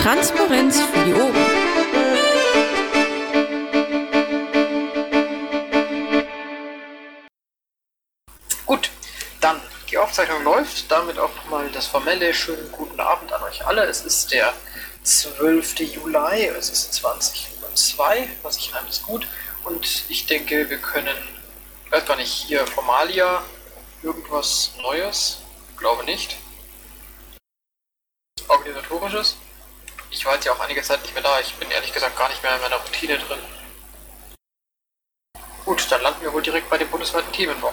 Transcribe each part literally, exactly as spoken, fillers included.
Transparenz für die Ohren. Gut, dann die Aufzeichnung läuft, damit auch nochmal das formelle, schönen guten Abend an euch alle. Es ist der zwölfte Juli, es ist zwanzig Uhr zwei, was ich reimt ist gut. Und ich denke, wir können, ich weiß gar nicht, hier Formalia, irgendwas Neues? Glaube nicht. Organisatorisches? Ich war jetzt ja auch einige Zeit nicht mehr da, ich bin ehrlich gesagt gar nicht mehr in meiner Routine drin. Gut, dann landen wir wohl direkt bei den bundesweiten Themenwochen.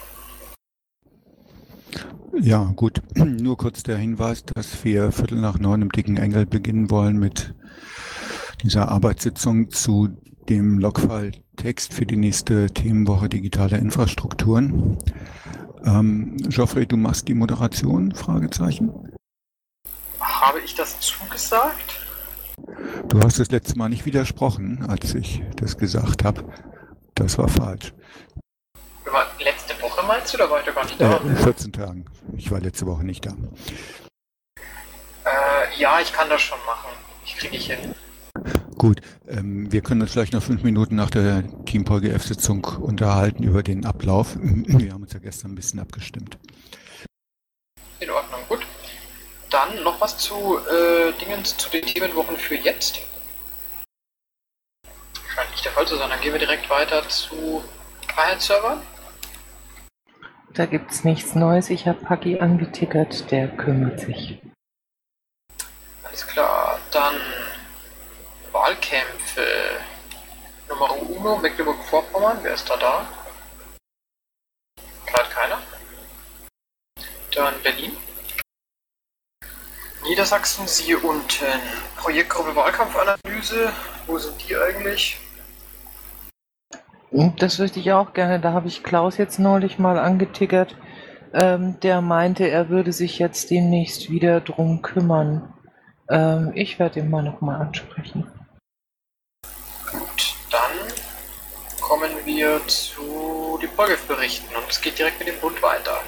Ja, gut. Nur kurz der Hinweis, dass wir Viertel nach neun im Dicken Engel beginnen wollen mit dieser Arbeitssitzung zu dem Logfile-Text für die nächste Themenwoche digitale Infrastrukturen. Ähm, Geoffrey, du machst die Moderation? Fragezeichen. Habe ich das zugesagt? Du hast das letzte Mal nicht widersprochen, als ich das gesagt habe. Das war falsch. War letzte Woche meinst du, da war ich doch gar nicht da? Äh, in vierzehn Tagen. Ich war letzte Woche nicht da. Äh, ja, ich kann das schon machen. Ich kriege ich hin. Gut, ähm, wir können uns vielleicht noch fünf Minuten nach der Team-P G F-Sitzung unterhalten über den Ablauf. Wir haben uns ja gestern ein bisschen abgestimmt. In Ordnung, gut. Dann noch was zu äh, Dingen, zu den Themenwochen für jetzt. Scheint nicht der Fall zu sein. Dann gehen wir direkt weiter zu Freiheitsservern. Da gibt's nichts Neues. Ich habe Paki angetickert, der kümmert sich. Alles klar. Dann Wahlkämpfe. Nummer uno, Mecklenburg-Vorpommern. Wer ist da da? Gerade keiner. Dann Berlin. Niedersachsen, siehe unten. Projektgruppe Wahlkampfanalyse. Wo sind die eigentlich? Das wüsste ich auch gerne. Da habe ich Klaus jetzt neulich mal angetickert. Ähm, der meinte, er würde sich jetzt demnächst wieder drum kümmern. Ähm, ich werde ihn mal nochmal ansprechen. Gut, dann kommen wir zu den Polgef-Berichten und es geht direkt mit dem Bund weiter.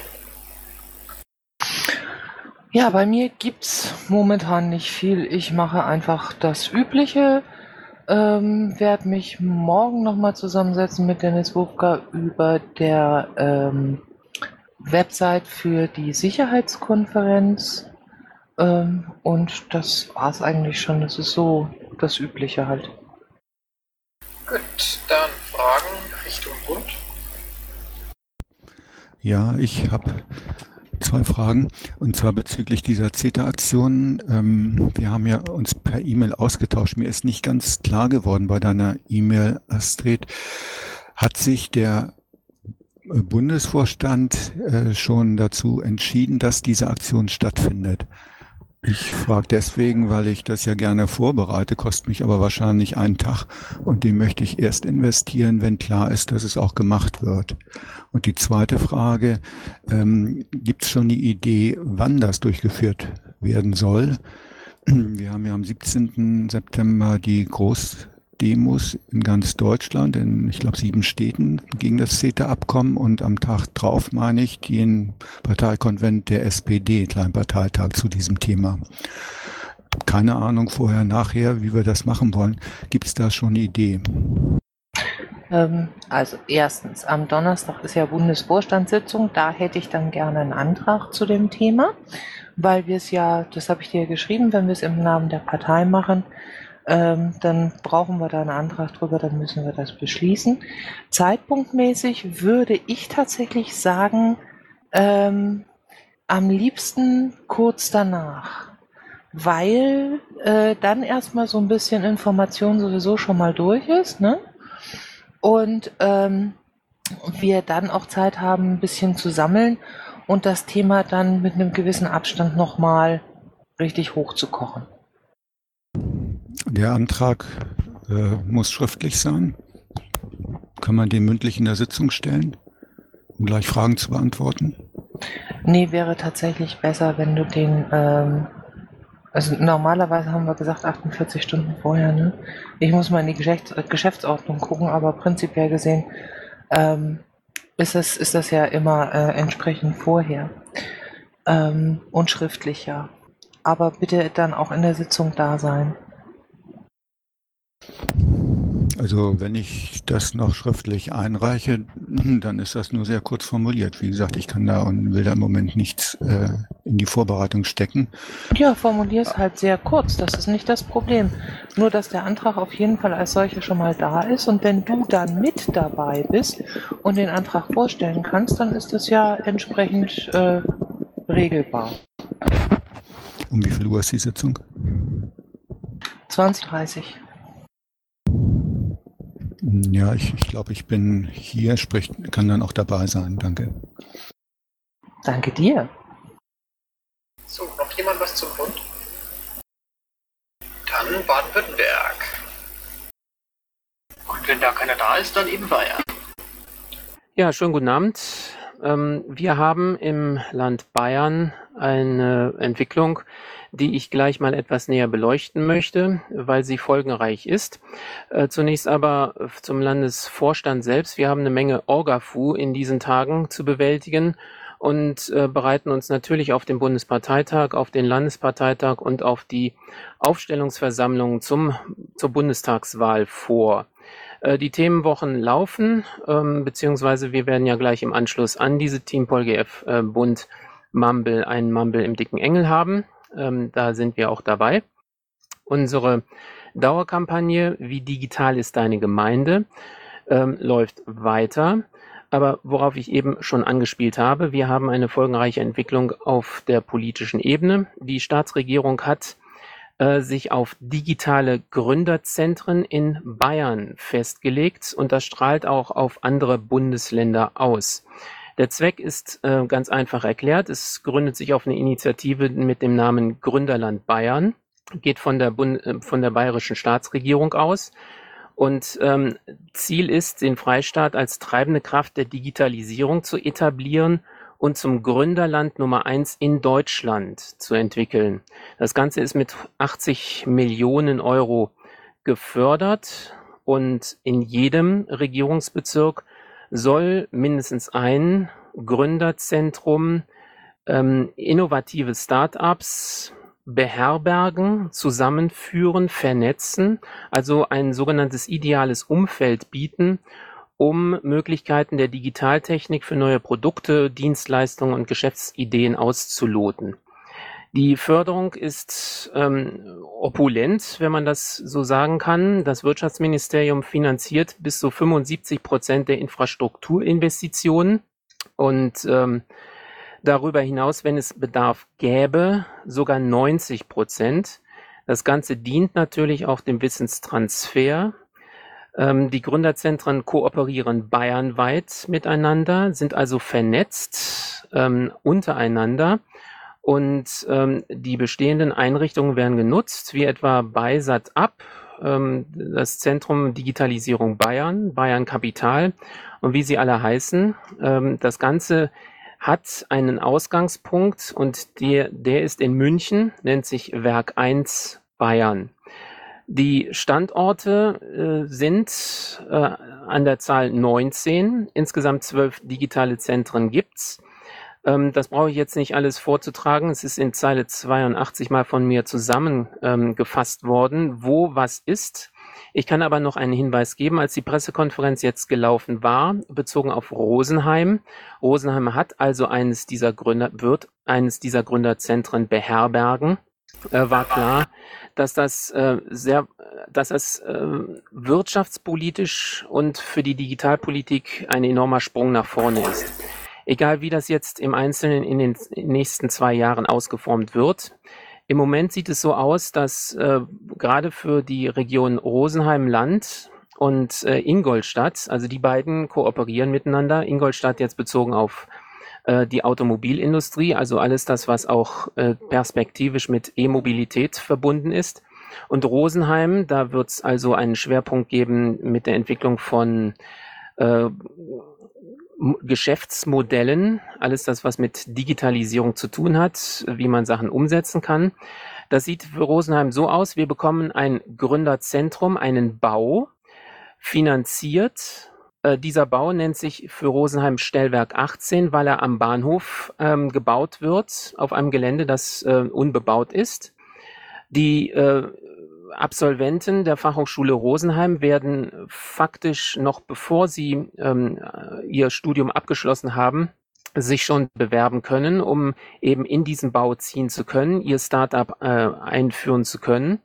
Ja, bei mir gibt's momentan nicht viel. Ich mache einfach das Übliche. Ähm, werde mich morgen nochmal zusammensetzen mit Dennis Wufka über der ähm, Website für die Sicherheitskonferenz. Ähm, und das war's eigentlich schon. Das ist so das Übliche halt. Gut, dann Fragen Richtung Bund. Ja, ich habe zwei Fragen, und zwar bezüglich dieser CETA-Aktion. Ähm, wir haben ja uns per E-Mail ausgetauscht. Mir ist nicht ganz klar geworden bei deiner E-Mail, Astrid. Hat sich der Bundesvorstand äh, schon dazu entschieden, dass diese Aktion stattfindet? Ich frage deswegen, weil ich das ja gerne vorbereite, kostet mich aber wahrscheinlich einen Tag und den möchte ich erst investieren, wenn klar ist, dass es auch gemacht wird. Und die zweite Frage, ähm, gibt es schon eine Idee, wann das durchgeführt werden soll? Wir haben ja am siebzehnten September die Großdemos in ganz Deutschland, in, ich glaube, sieben Städten gegen das CETA-Abkommen und am Tag drauf, meine ich, den Parteikonvent der S P D, Kleinparteitag zu diesem Thema. Keine Ahnung vorher, nachher, wie wir das machen wollen. Gibt es da schon eine Idee? Ähm, also erstens, am Donnerstag ist ja Bundesvorstandssitzung. Da hätte ich dann gerne einen Antrag zu dem Thema, weil wir es ja, das habe ich dir geschrieben, wenn wir es im Namen der Partei machen, Ähm, dann brauchen wir da einen Antrag drüber, dann müssen wir das beschließen. Zeitpunktmäßig würde ich tatsächlich sagen, ähm, am liebsten kurz danach, weil äh, dann erstmal so ein bisschen Information sowieso schon mal durch ist, ne? Und ähm, wir dann auch Zeit haben, ein bisschen zu sammeln und das Thema dann mit einem gewissen Abstand nochmal richtig hochzukochen. Der Antrag äh, muss schriftlich sein. Kann man den mündlich in der Sitzung stellen, um gleich Fragen zu beantworten? Nee, wäre tatsächlich besser, wenn du den, ähm, also normalerweise haben wir gesagt achtundvierzig Stunden vorher, ne? Ich muss mal in die Geschäfts äh, Geschäftsordnung gucken, aber prinzipiell gesehen ähm, ist, das, ist das ja immer äh, entsprechend vorher ähm, und schriftlich, ja. aber bitte dann auch in der Sitzung da sein. Also wenn ich das noch schriftlich einreiche, dann ist das nur sehr kurz formuliert. Wie gesagt, ich kann da und will da im Moment nichts äh, in die Vorbereitung stecken. Ja, formulier es halt sehr kurz, das ist nicht das Problem. Nur, dass der Antrag auf jeden Fall als solcher schon mal da ist und wenn du dann mit dabei bist und den Antrag vorstellen kannst, dann ist das ja entsprechend äh, regelbar. Um wie viel Uhr ist die Sitzung? zwanzig Uhr dreißig. Ja, ich, ich glaube, ich bin hier, sprich, kann dann auch dabei sein. Danke. Danke dir. So, noch jemand was zum Bund? Dann Baden-Württemberg. Und wenn da keiner da ist, dann eben Bayern. Ja, schönen guten Abend. Ähm, wir haben im Land Bayern eine Entwicklung, die ich gleich mal etwas näher beleuchten möchte, weil sie folgenreich ist. Äh, zunächst aber zum Landesvorstand selbst. Wir haben eine Menge Orga-Fu in diesen Tagen zu bewältigen und äh, bereiten uns natürlich auf den Bundesparteitag, auf den Landesparteitag und auf die Aufstellungsversammlung zum, zur Bundestagswahl vor. Äh, die Themenwochen laufen, ähm, beziehungsweise wir werden ja gleich im Anschluss an diese Team PolGF äh, Bund Mumble einen Mumble im dicken Engel haben. Ähm, da sind wir auch dabei. Unsere Dauerkampagne Wie digital ist deine Gemeinde ähm, läuft weiter. Aber worauf ich eben schon angespielt habe, wir haben eine folgenreiche Entwicklung auf der politischen Ebene. Die Staatsregierung hat äh, sich auf digitale Gründerzentren in Bayern festgelegt und das strahlt auch auf andere Bundesländer aus. Der Zweck ist äh, ganz einfach erklärt. Es gründet sich auf eine Initiative mit dem Namen Gründerland Bayern, geht von der, Bund äh, von der bayerischen Staatsregierung aus. Und ähm, Ziel ist, den Freistaat als treibende Kraft der Digitalisierung zu etablieren und zum Gründerland Nummer eins in Deutschland zu entwickeln. Das Ganze ist mit achtzig Millionen Euro gefördert und in jedem Regierungsbezirk soll mindestens ein Gründerzentrum ähm, innovative Start-ups beherbergen, zusammenführen, vernetzen, also ein sogenanntes ideales Umfeld bieten, um Möglichkeiten der Digitaltechnik für neue Produkte, Dienstleistungen und Geschäftsideen auszuloten. Die Förderung ist ähm, opulent, wenn man das so sagen kann. Das Wirtschaftsministerium finanziert bis zu fünfundsiebzig Prozent der Infrastrukturinvestitionen und ähm, darüber hinaus, wenn es Bedarf gäbe, sogar neunzig Prozent. Das Ganze dient natürlich auch dem Wissenstransfer. Ähm, die Gründerzentren kooperieren bayernweit miteinander, sind also vernetzt ähm, untereinander. Und ähm, die bestehenden Einrichtungen werden genutzt, wie etwa BaySat.Up, ähm, das Zentrum Digitalisierung Bayern, Bayern Kapital und wie sie alle heißen. Ähm, das Ganze hat einen Ausgangspunkt und der, der ist in München, nennt sich Werk eins Bayern. Die Standorte äh, sind äh, an der Zahl neunzehn, insgesamt zwölf digitale Zentren gibt's. Das brauche ich jetzt nicht alles vorzutragen. Es ist in Zeile zweiundachtzig mal von mir zusammengefasst ähm, worden, wo was ist. Ich kann aber noch einen Hinweis geben, als die Pressekonferenz jetzt gelaufen war, bezogen auf Rosenheim. Rosenheim hat also eines dieser Gründer, wird eines dieser Gründerzentren beherbergen. Äh, war klar, dass das äh, sehr, dass das äh, wirtschaftspolitisch und für die Digitalpolitik ein enormer Sprung nach vorne ist. Egal wie das jetzt im Einzelnen in den nächsten zwei Jahren ausgeformt wird. Im Moment sieht es so aus, dass äh, gerade für die Region Rosenheim-Land und äh, Ingolstadt, also die beiden kooperieren miteinander. Ingolstadt jetzt bezogen auf äh, die Automobilindustrie, also alles das, was auch äh, perspektivisch mit E-Mobilität verbunden ist. Und Rosenheim, da wird es also einen Schwerpunkt geben mit der Entwicklung von äh, Geschäftsmodellen, alles das, was mit Digitalisierung zu tun hat, wie man Sachen umsetzen kann. Das sieht für Rosenheim so aus, wir bekommen ein Gründerzentrum, einen Bau, finanziert Äh, dieser Bau nennt sich für Rosenheim Stellwerk achtzehn, weil er am Bahnhof ähm, gebaut wird, auf einem Gelände, das äh, unbebaut ist. Die äh, Absolventen der Fachhochschule Rosenheim werden faktisch noch bevor sie ähm, ihr Studium abgeschlossen haben, sich schon bewerben können, um eben in diesen Bau ziehen zu können, ihr Startup äh, einführen zu können.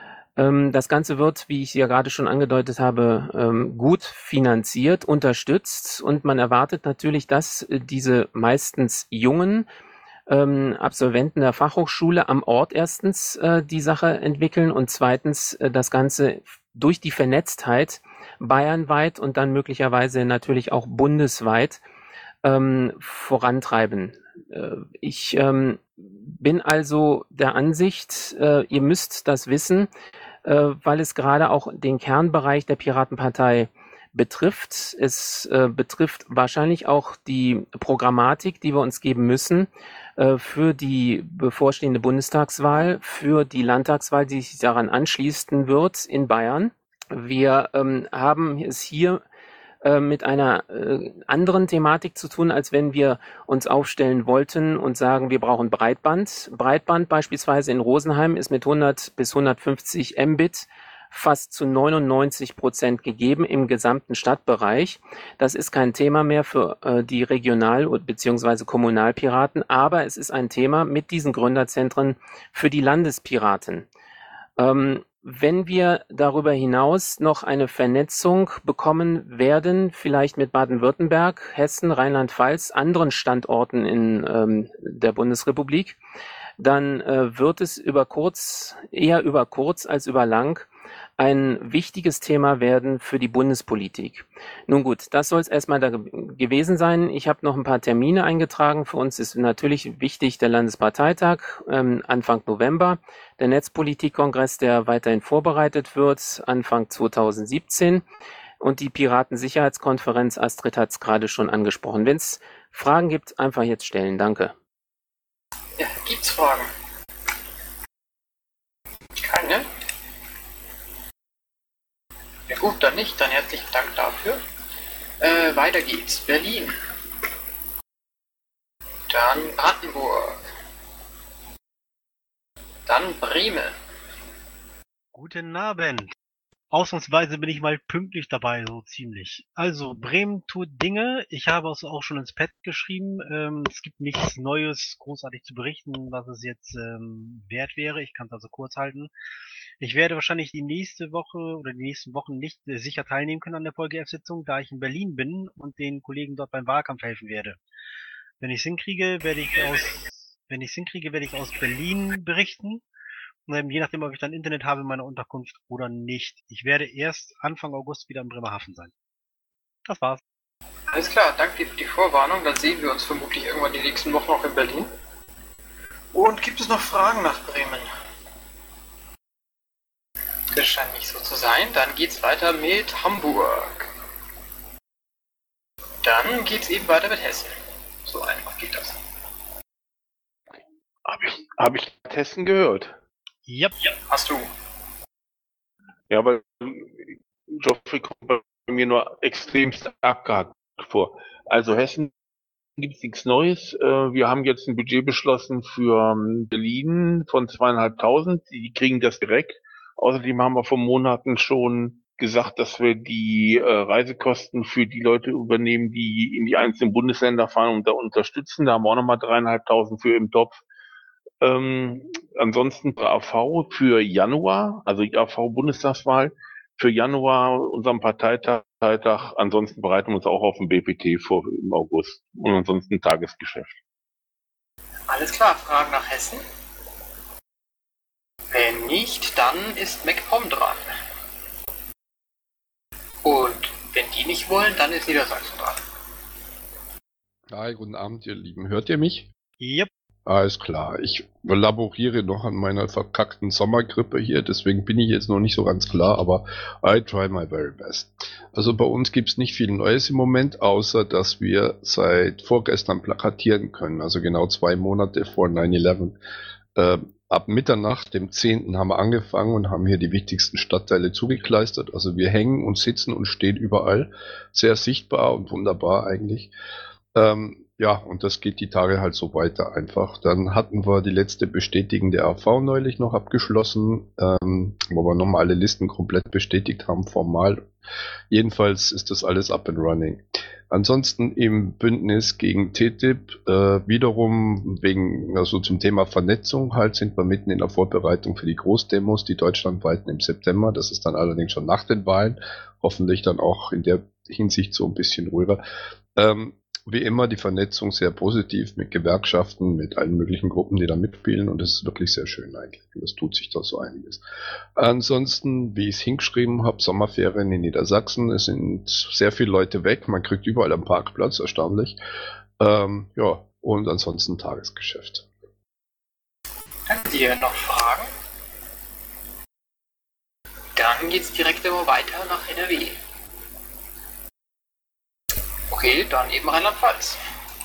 Ähm, das Ganze wird, wie ich ja gerade schon angedeutet habe, ähm, gut finanziert, unterstützt und man erwartet natürlich, dass äh, diese meistens jungen ähm, Absolventen der Fachhochschule am Ort erstens äh, die Sache entwickeln und zweitens äh, das Ganze durch die Vernetztheit bayernweit und dann möglicherweise natürlich auch bundesweit ähm, vorantreiben. Äh, ich ähm, bin also der Ansicht, äh, ihr müsst das wissen, äh, weil es gerade auch den Kernbereich der Piratenpartei betrifft. Es äh, betrifft wahrscheinlich auch die Programmatik, die wir uns geben müssen äh, für die bevorstehende Bundestagswahl, für die Landtagswahl, die sich daran anschließen wird in Bayern. Wir ähm, haben es hier äh, mit einer äh, anderen Thematik zu tun, als wenn wir uns aufstellen wollten und sagen, wir brauchen Breitband. Breitband beispielsweise in Rosenheim ist mit hundert bis hundertfünfzig Mbit fast zu neunundneunzig Prozent gegeben im gesamten Stadtbereich. Das ist kein Thema mehr für äh, die Regional- bzw. Kommunalpiraten, aber es ist ein Thema mit diesen Gründerzentren für die Landespiraten. Ähm, wenn wir darüber hinaus noch eine Vernetzung bekommen werden, vielleicht mit Baden-Württemberg, Hessen, Rheinland-Pfalz, anderen Standorten in ähm, der Bundesrepublik, dann äh, wird es über kurz, eher über kurz als über lang ein wichtiges Thema werden für die Bundespolitik. Nun gut, das soll es erstmal da ge gewesen sein. Ich habe noch ein paar Termine eingetragen. Für uns ist natürlich wichtig der Landesparteitag ähm, Anfang November, der Netzpolitikkongress, der weiterhin vorbereitet wird, Anfang zweitausendsiebzehn und die Piratensicherheitskonferenz. Astrid hat es gerade schon angesprochen. Wenn es Fragen gibt, einfach jetzt stellen. Danke. Ja, gibt's Fragen? Keine? Ja gut, dann nicht. Dann herzlichen Dank dafür. Äh, weiter geht's. Berlin. Dann Brandenburg. Dann Bremen. Guten Abend. Ausnahmsweise bin ich mal pünktlich dabei, so ziemlich. Also, Bremen tut Dinge. Ich habe es auch schon ins Pad geschrieben. Ähm, es gibt nichts Neues großartig zu berichten, was es jetzt ähm, wert wäre. Ich kann es also kurz halten. Ich werde wahrscheinlich die nächste Woche oder die nächsten Wochen nicht äh, sicher teilnehmen können an der V G F-Sitzung, da ich in Berlin bin und den Kollegen dort beim Wahlkampf helfen werde. Wenn ich es hinkriege, werde ich aus, wenn ich es hinkriege, werde ich aus Berlin berichten. Je nachdem, ob ich dann Internet habe in meiner Unterkunft oder nicht. Ich werde erst Anfang August wieder in Bremerhaven sein. Das war's. Alles klar, danke dir für die Vorwarnung. Dann sehen wir uns vermutlich irgendwann die nächsten Wochen noch in Berlin. Und gibt es noch Fragen nach Bremen? Das scheint nicht so zu sein. Dann geht's weiter mit Hamburg. Dann geht's eben weiter mit Hessen. So einfach geht das. Habe ich, hab ich Hessen gehört? Yep. Ja, hast du. Ja, aber Geoffrey kommt bei mir nur extremst abgehakt vor. Also Hessen gibt es nichts Neues. Wir haben jetzt ein Budget beschlossen für Berlin von zweieinhalbtausend. Die kriegen das direkt. Außerdem haben wir vor Monaten schon gesagt, dass wir die äh, Reisekosten für die Leute übernehmen, die in die einzelnen Bundesländer fahren und da unterstützen. Da haben wir auch nochmal dreieinhalbtausend für im Topf. Ähm, ansonsten A V für Januar, also die A V-Bundestagswahl für Januar, unserem Parteitag. Ansonsten bereiten wir uns auch auf den B P T vor im August und ansonsten Tagesgeschäft. Alles klar, Fragen nach Hessen? Wenn nicht, dann ist MacPom dran. Und wenn die nicht wollen, dann ist Niedersachsen dran. Hi, guten Abend, ihr Lieben. Hört ihr mich? Yep. Alles klar. Ich laboriere noch an meiner verkackten Sommergrippe hier, deswegen bin ich jetzt noch nicht so ganz klar, aber I try my very best. Also bei uns gibt's nicht viel Neues im Moment, außer dass wir seit vorgestern plakatieren können, also genau zwei Monate vor nine eleven. Äh, Ab Mitternacht, dem zehnten haben wir angefangen und haben hier die wichtigsten Stadtteile zugekleistert. Also wir hängen und sitzen und stehen überall. Sehr sichtbar und wunderbar eigentlich. Ähm, ja, und das geht die Tage halt so weiter einfach. Dann hatten wir die letzte bestätigende A V neulich noch abgeschlossen, ähm, wo wir nochmal alle Listen komplett bestätigt haben, formal. Jedenfalls ist das alles up and running. Ansonsten im Bündnis gegen T T I P, äh, wiederum wegen, also zum Thema Vernetzung halt, sind wir mitten in der Vorbereitung für die Großdemos, die deutschlandweiten im September. Das ist dann allerdings schon nach den Wahlen. Hoffentlich dann auch in der Hinsicht so ein bisschen ruhiger. Ähm, Wie immer die Vernetzung sehr positiv mit Gewerkschaften, mit allen möglichen Gruppen, die da mitspielen, und es ist wirklich sehr schön eigentlich. Und es tut sich da so einiges. Ansonsten, wie ich es hingeschrieben habe, Sommerferien in Niedersachsen, es sind sehr viele Leute weg, man kriegt überall einen Parkplatz, erstaunlich. Ähm, ja, und ansonsten Tagesgeschäft. Danke dir. Noch Fragen? Dann geht's direkt immer weiter nach N R W. Okay, dann eben Rheinland-Pfalz.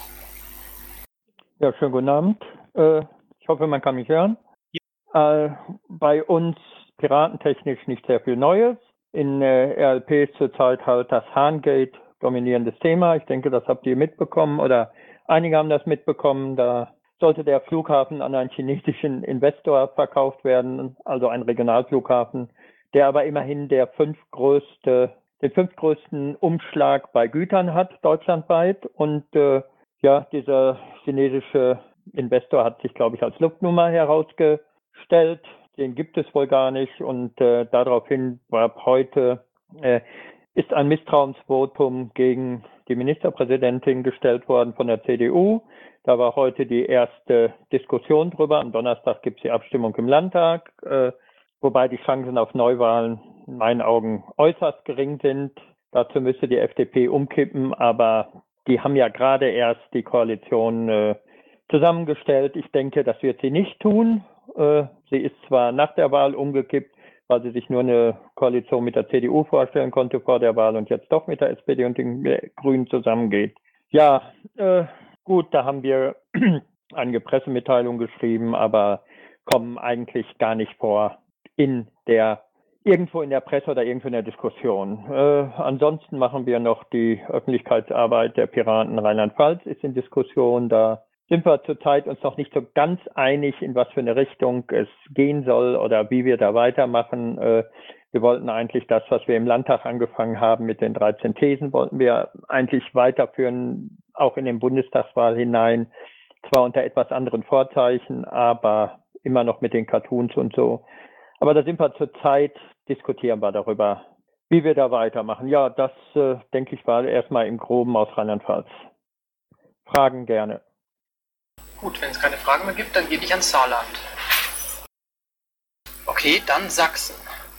Ja, schönen guten Abend. Äh, ich hoffe, man kann mich hören. Ja. Äh, bei uns piratentechnisch nicht sehr viel Neues. In äh, R L P ist zurzeit halt das Hahngate dominierendes Thema. Ich denke, das habt ihr mitbekommen oder einige haben das mitbekommen. Da sollte der Flughafen an einen chinesischen Investor verkauft werden, also ein Regionalflughafen, der aber immerhin der fünftgrößte den fünftgrößten Umschlag bei Gütern hat, deutschlandweit. Und äh, ja, dieser chinesische Investor hat sich, glaube ich, als Luftnummer herausgestellt. Den gibt es wohl gar nicht. Und äh, daraufhin war heute, äh, ist ein Misstrauensvotum gegen die Ministerpräsidentin gestellt worden von der C D U. Da war heute die erste Diskussion drüber. Am Donnerstag gibt es die Abstimmung im Landtag, äh, wobei die Chancen auf Neuwahlen in meinen Augen äußerst gering sind. Dazu müsste die F D P umkippen, aber die haben ja gerade erst die Koalition äh, zusammengestellt. Ich denke, das wird sie nicht tun. Äh, sie ist zwar nach der Wahl umgekippt, weil sie sich nur eine Koalition mit der C D U vorstellen konnte vor der Wahl und jetzt doch mit der S P D und den Grünen zusammengeht. Ja, äh, gut, da haben wir eine Pressemitteilung geschrieben, aber kommen eigentlich gar nicht vor in der irgendwo in der Presse oder irgendwo in der Diskussion. Äh, ansonsten machen wir noch die Öffentlichkeitsarbeit der Piraten Rheinland-Pfalz ist in Diskussion. Da sind wir zurzeit uns noch nicht so ganz einig, in was für eine Richtung es gehen soll oder wie wir da weitermachen. Äh, wir wollten eigentlich das, was wir im Landtag angefangen haben mit den dreizehn Thesen, wollten wir eigentlich weiterführen, auch in den Bundestagswahl hinein. Zwar unter etwas anderen Vorzeichen, aber immer noch mit den Cartoons und so. Aber da sind wir zurzeit, diskutieren wir darüber, wie wir da weitermachen. Ja, das, äh, denke ich, war erstmal im Groben aus Rheinland-Pfalz. Fragen gerne. Gut, wenn es keine Fragen mehr gibt, dann gehe ich ans Saarland. Okay, dann Sachsen.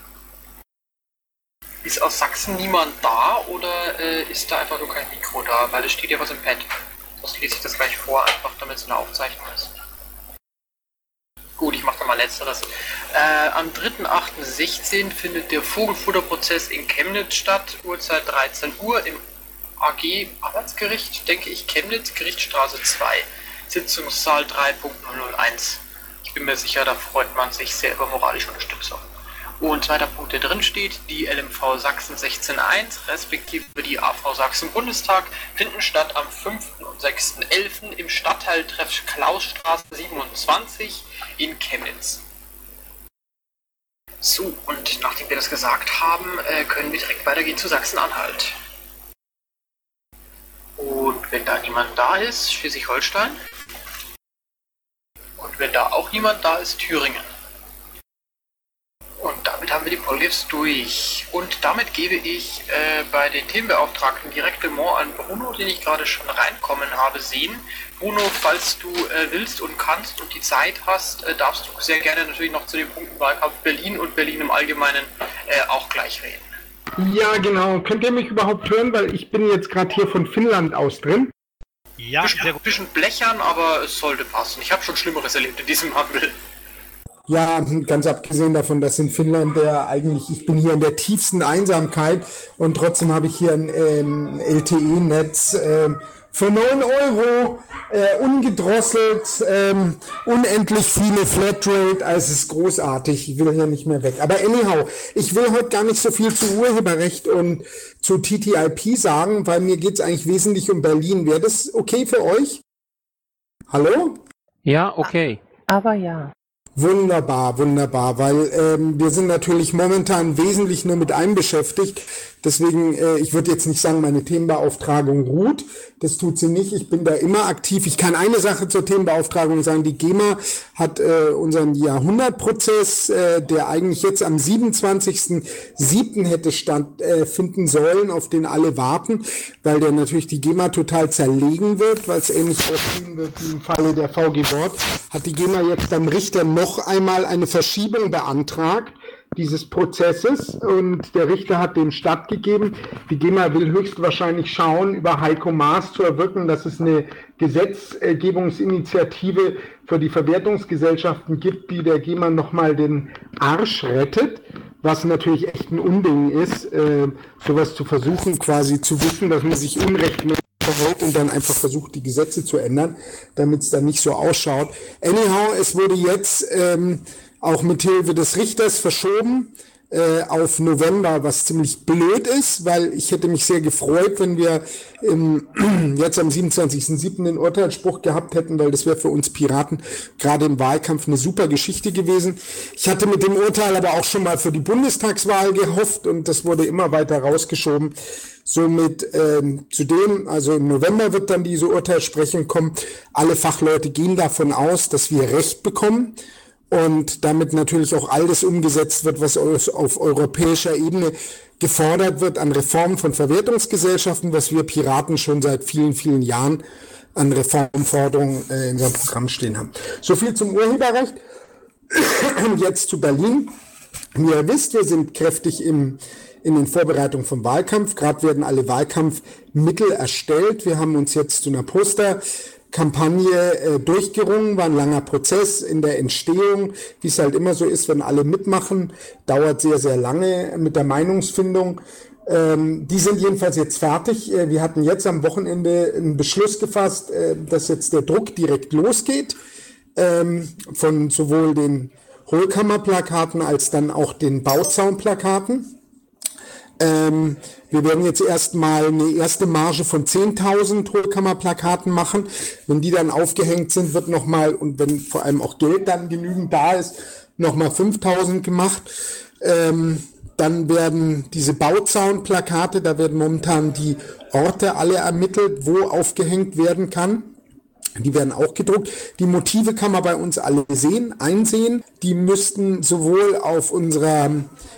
Ist aus Sachsen niemand da oder äh, ist da einfach nur kein Mikro da? Weil es steht ja was im Pad. Sonst lese ich das gleich vor, einfach damit es eine Aufzeichnung ist. Gut, ich mache da mal Letzteres. Äh, am dritten achten sechzehn findet der Vogelfutterprozess in Chemnitz statt, Uhrzeit dreizehn Uhr im A G Arbeitsgericht, denke ich, Chemnitz, Gerichtsstraße zwei, Sitzungssaal drei Punkt null null eins. Ich bin mir sicher, da freut man sich sehr über moralische Unterstützung. Und zweiter Punkt, der drin steht, die L M V Sachsen sechzehn Punkt eins respektive die A V Sachsen Bundestag finden statt am fünften und sechsten elften im Stadtteiltreff Klausstraße siebenundzwanzig in Chemnitz. So, und nachdem wir das gesagt haben, äh, können wir direkt weitergehen zu Sachsen-Anhalt. Und wenn da niemand da ist, Schleswig-Holstein. Und wenn da auch niemand da ist, Thüringen. Und damit haben wir die Polgefs durch. Und damit gebe ich äh, bei den Themenbeauftragten direkt Le Mans an Bruno, den ich gerade schon reinkommen habe, sehen. Bruno, falls du äh, willst und kannst und die Zeit hast, äh, darfst du sehr gerne natürlich noch zu den Punkten Wahlkampf Berlin und Berlin im Allgemeinen äh, auch gleich reden. Ja, genau. Könnt ihr mich überhaupt hören? Weil ich bin jetzt gerade hier von Finnland aus drin. Ja, bisschen, sehr gut. Bisschen blechern, aber es sollte passen. Ich habe schon Schlimmeres erlebt in diesem Handel. Ja, ganz abgesehen davon, dass in Finnland der eigentlich, ich bin hier in der tiefsten Einsamkeit und trotzdem habe ich hier ein ähm, L T E-Netz ähm, für neun Euro äh, ungedrosselt, ähm, unendlich viele Flatrate, also es ist großartig, ich will hier nicht mehr weg. Aber anyhow, ich will heute gar nicht so viel zu Urheberrecht und zu T T I P sagen, weil mir geht es eigentlich wesentlich um Berlin. Wäre das okay für euch? Hallo? Ja, okay. Aber ja. Wunderbar, wunderbar, weil ähm, wir sind natürlich momentan wesentlich nur mit einem beschäftigt. Deswegen, äh, ich würde jetzt nicht sagen, meine Themenbeauftragung ruht. Das tut sie nicht. Ich bin da immer aktiv. Ich kann eine Sache zur Themenbeauftragung sagen. Die GEMA hat äh, unseren Jahrhundertprozess, äh, der eigentlich jetzt am siebenundzwanzigsten siebten hätte stattfinden äh, sollen, auf den alle warten, weil der natürlich die GEMA total zerlegen wird, weil es ähnlich aussehen wird wie im Falle der V G Wort, hat die GEMA jetzt beim Richter noch einmal eine Verschiebung beantragt dieses Prozesses und der Richter hat dem stattgegeben. Die GEMA will höchstwahrscheinlich schauen, über Heiko Maas zu erwirken, dass es eine Gesetzgebungsinitiative für die Verwertungsgesellschaften gibt, die der GEMA nochmal den Arsch rettet, was natürlich echt ein Unding ist, äh, sowas zu versuchen, quasi zu wissen, dass man sich unrechtmäßig verhält und dann einfach versucht, die Gesetze zu ändern, damit es dann nicht so ausschaut. Anyhow, es wurde jetzt ähm, auch mit Hilfe des Richters verschoben äh, auf November, was ziemlich blöd ist, weil ich hätte mich sehr gefreut, wenn wir ähm, jetzt am siebenundzwanzigsten siebten den Urteilsspruch gehabt hätten, weil das wäre für uns Piraten gerade im Wahlkampf eine super Geschichte gewesen. Ich hatte mit dem Urteil aber auch schon mal für die Bundestagswahl gehofft und das wurde immer weiter rausgeschoben. Somit ähm, zudem, also im November wird dann diese Urteilssprechung kommen. Alle Fachleute gehen davon aus, dass wir Recht bekommen und damit natürlich auch alles umgesetzt wird, was auf europäischer Ebene gefordert wird an Reformen von Verwertungsgesellschaften, was wir Piraten schon seit vielen, vielen Jahren an Reformforderungen äh, in unserem Programm stehen haben. So viel zum Urheberrecht. Jetzt zu Berlin. Wie ihr wisst, wir sind kräftig im in den Vorbereitungen vom Wahlkampf. Gerade werden alle Wahlkampfmittel erstellt. Wir haben uns jetzt zu einer Posterkampagne äh, durchgerungen, war ein langer Prozess in der Entstehung, wie es halt immer so ist, wenn alle mitmachen, dauert sehr, sehr lange mit der Meinungsfindung. Ähm, die sind jedenfalls jetzt fertig. Äh, wir hatten jetzt am Wochenende einen Beschluss gefasst, äh, dass jetzt der Druck direkt losgeht, ähm, von sowohl den Hohlkammerplakaten als dann auch den Bauzaunplakaten. Ähm, wir werden jetzt erstmal eine erste Marge von zehntausend Hohlkammerplakaten machen. Wenn die dann aufgehängt sind, wird nochmal, und wenn vor allem auch Geld dann genügend da ist, nochmal fünftausend gemacht. Ähm, dann werden diese Bauzaunplakate, da werden momentan die Orte alle ermittelt, wo aufgehängt werden kann. Die werden auch gedruckt. Die Motive kann man bei uns alle sehen, einsehen. Die müssten sowohl auf unserer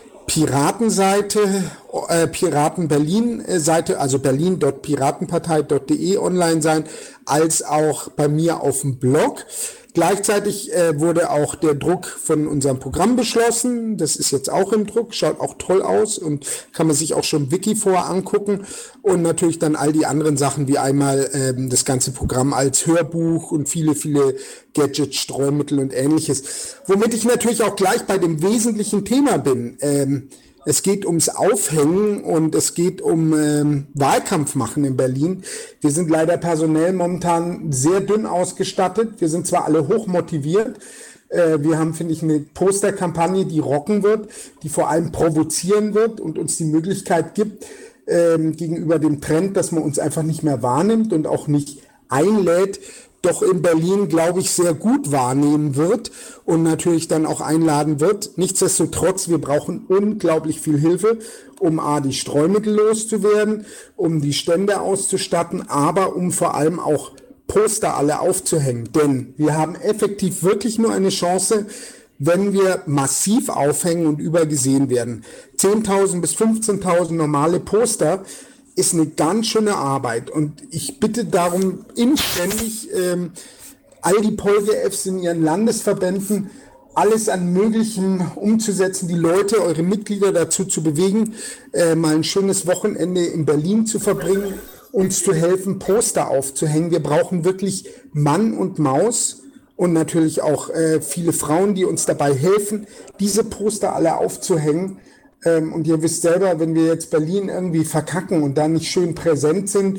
Piratenseite, äh, Piraten Berlin Seite, also berlin punkt piratenpartei punkt de online sein, als auch bei mir auf dem Blog. Gleichzeitig äh, wurde auch der Druck von unserem Programm beschlossen. Das ist jetzt auch im Druck, schaut auch toll aus und kann man sich auch schon Wiki vor angucken. Und natürlich dann all die anderen Sachen, wie einmal ähm, das ganze Programm als Hörbuch und viele, viele Gadgets, Streumittel und ähnliches. Womit ich natürlich auch gleich bei dem wesentlichen Thema bin. Ähm, Es geht ums Aufhängen und es geht um ähm, Wahlkampf machen in Berlin. Wir sind leider personell momentan sehr dünn ausgestattet. Wir sind zwar alle hoch motiviert. Äh, wir haben, finde ich, eine Posterkampagne, die rocken wird, die vor allem provozieren wird und uns die Möglichkeit gibt, ähm, gegenüber dem Trend, dass man uns einfach nicht mehr wahrnimmt und auch nicht einlädt, doch in Berlin, glaube ich, sehr gut wahrnehmen wird und natürlich dann auch einladen wird. Nichtsdestotrotz, wir brauchen unglaublich viel Hilfe, um A, die Streumittel loszuwerden, um die Stände auszustatten, aber um vor allem auch Poster alle aufzuhängen. Denn wir haben effektiv wirklich nur eine Chance, wenn wir massiv aufhängen und übergesehen werden. zehntausend bis fünfzehntausend normale Poster ist eine ganz schöne Arbeit und ich bitte darum inständig ähm, all die PolGFs in ihren Landesverbänden alles an Möglichem umzusetzen, die Leute, eure Mitglieder dazu zu bewegen, äh, mal ein schönes Wochenende in Berlin zu verbringen, uns zu helfen, Poster aufzuhängen. Wir brauchen wirklich Mann und Maus und natürlich auch äh, viele Frauen, die uns dabei helfen, diese Poster alle aufzuhängen. Ähm, und ihr wisst selber, wenn wir jetzt Berlin irgendwie verkacken und da nicht schön präsent sind,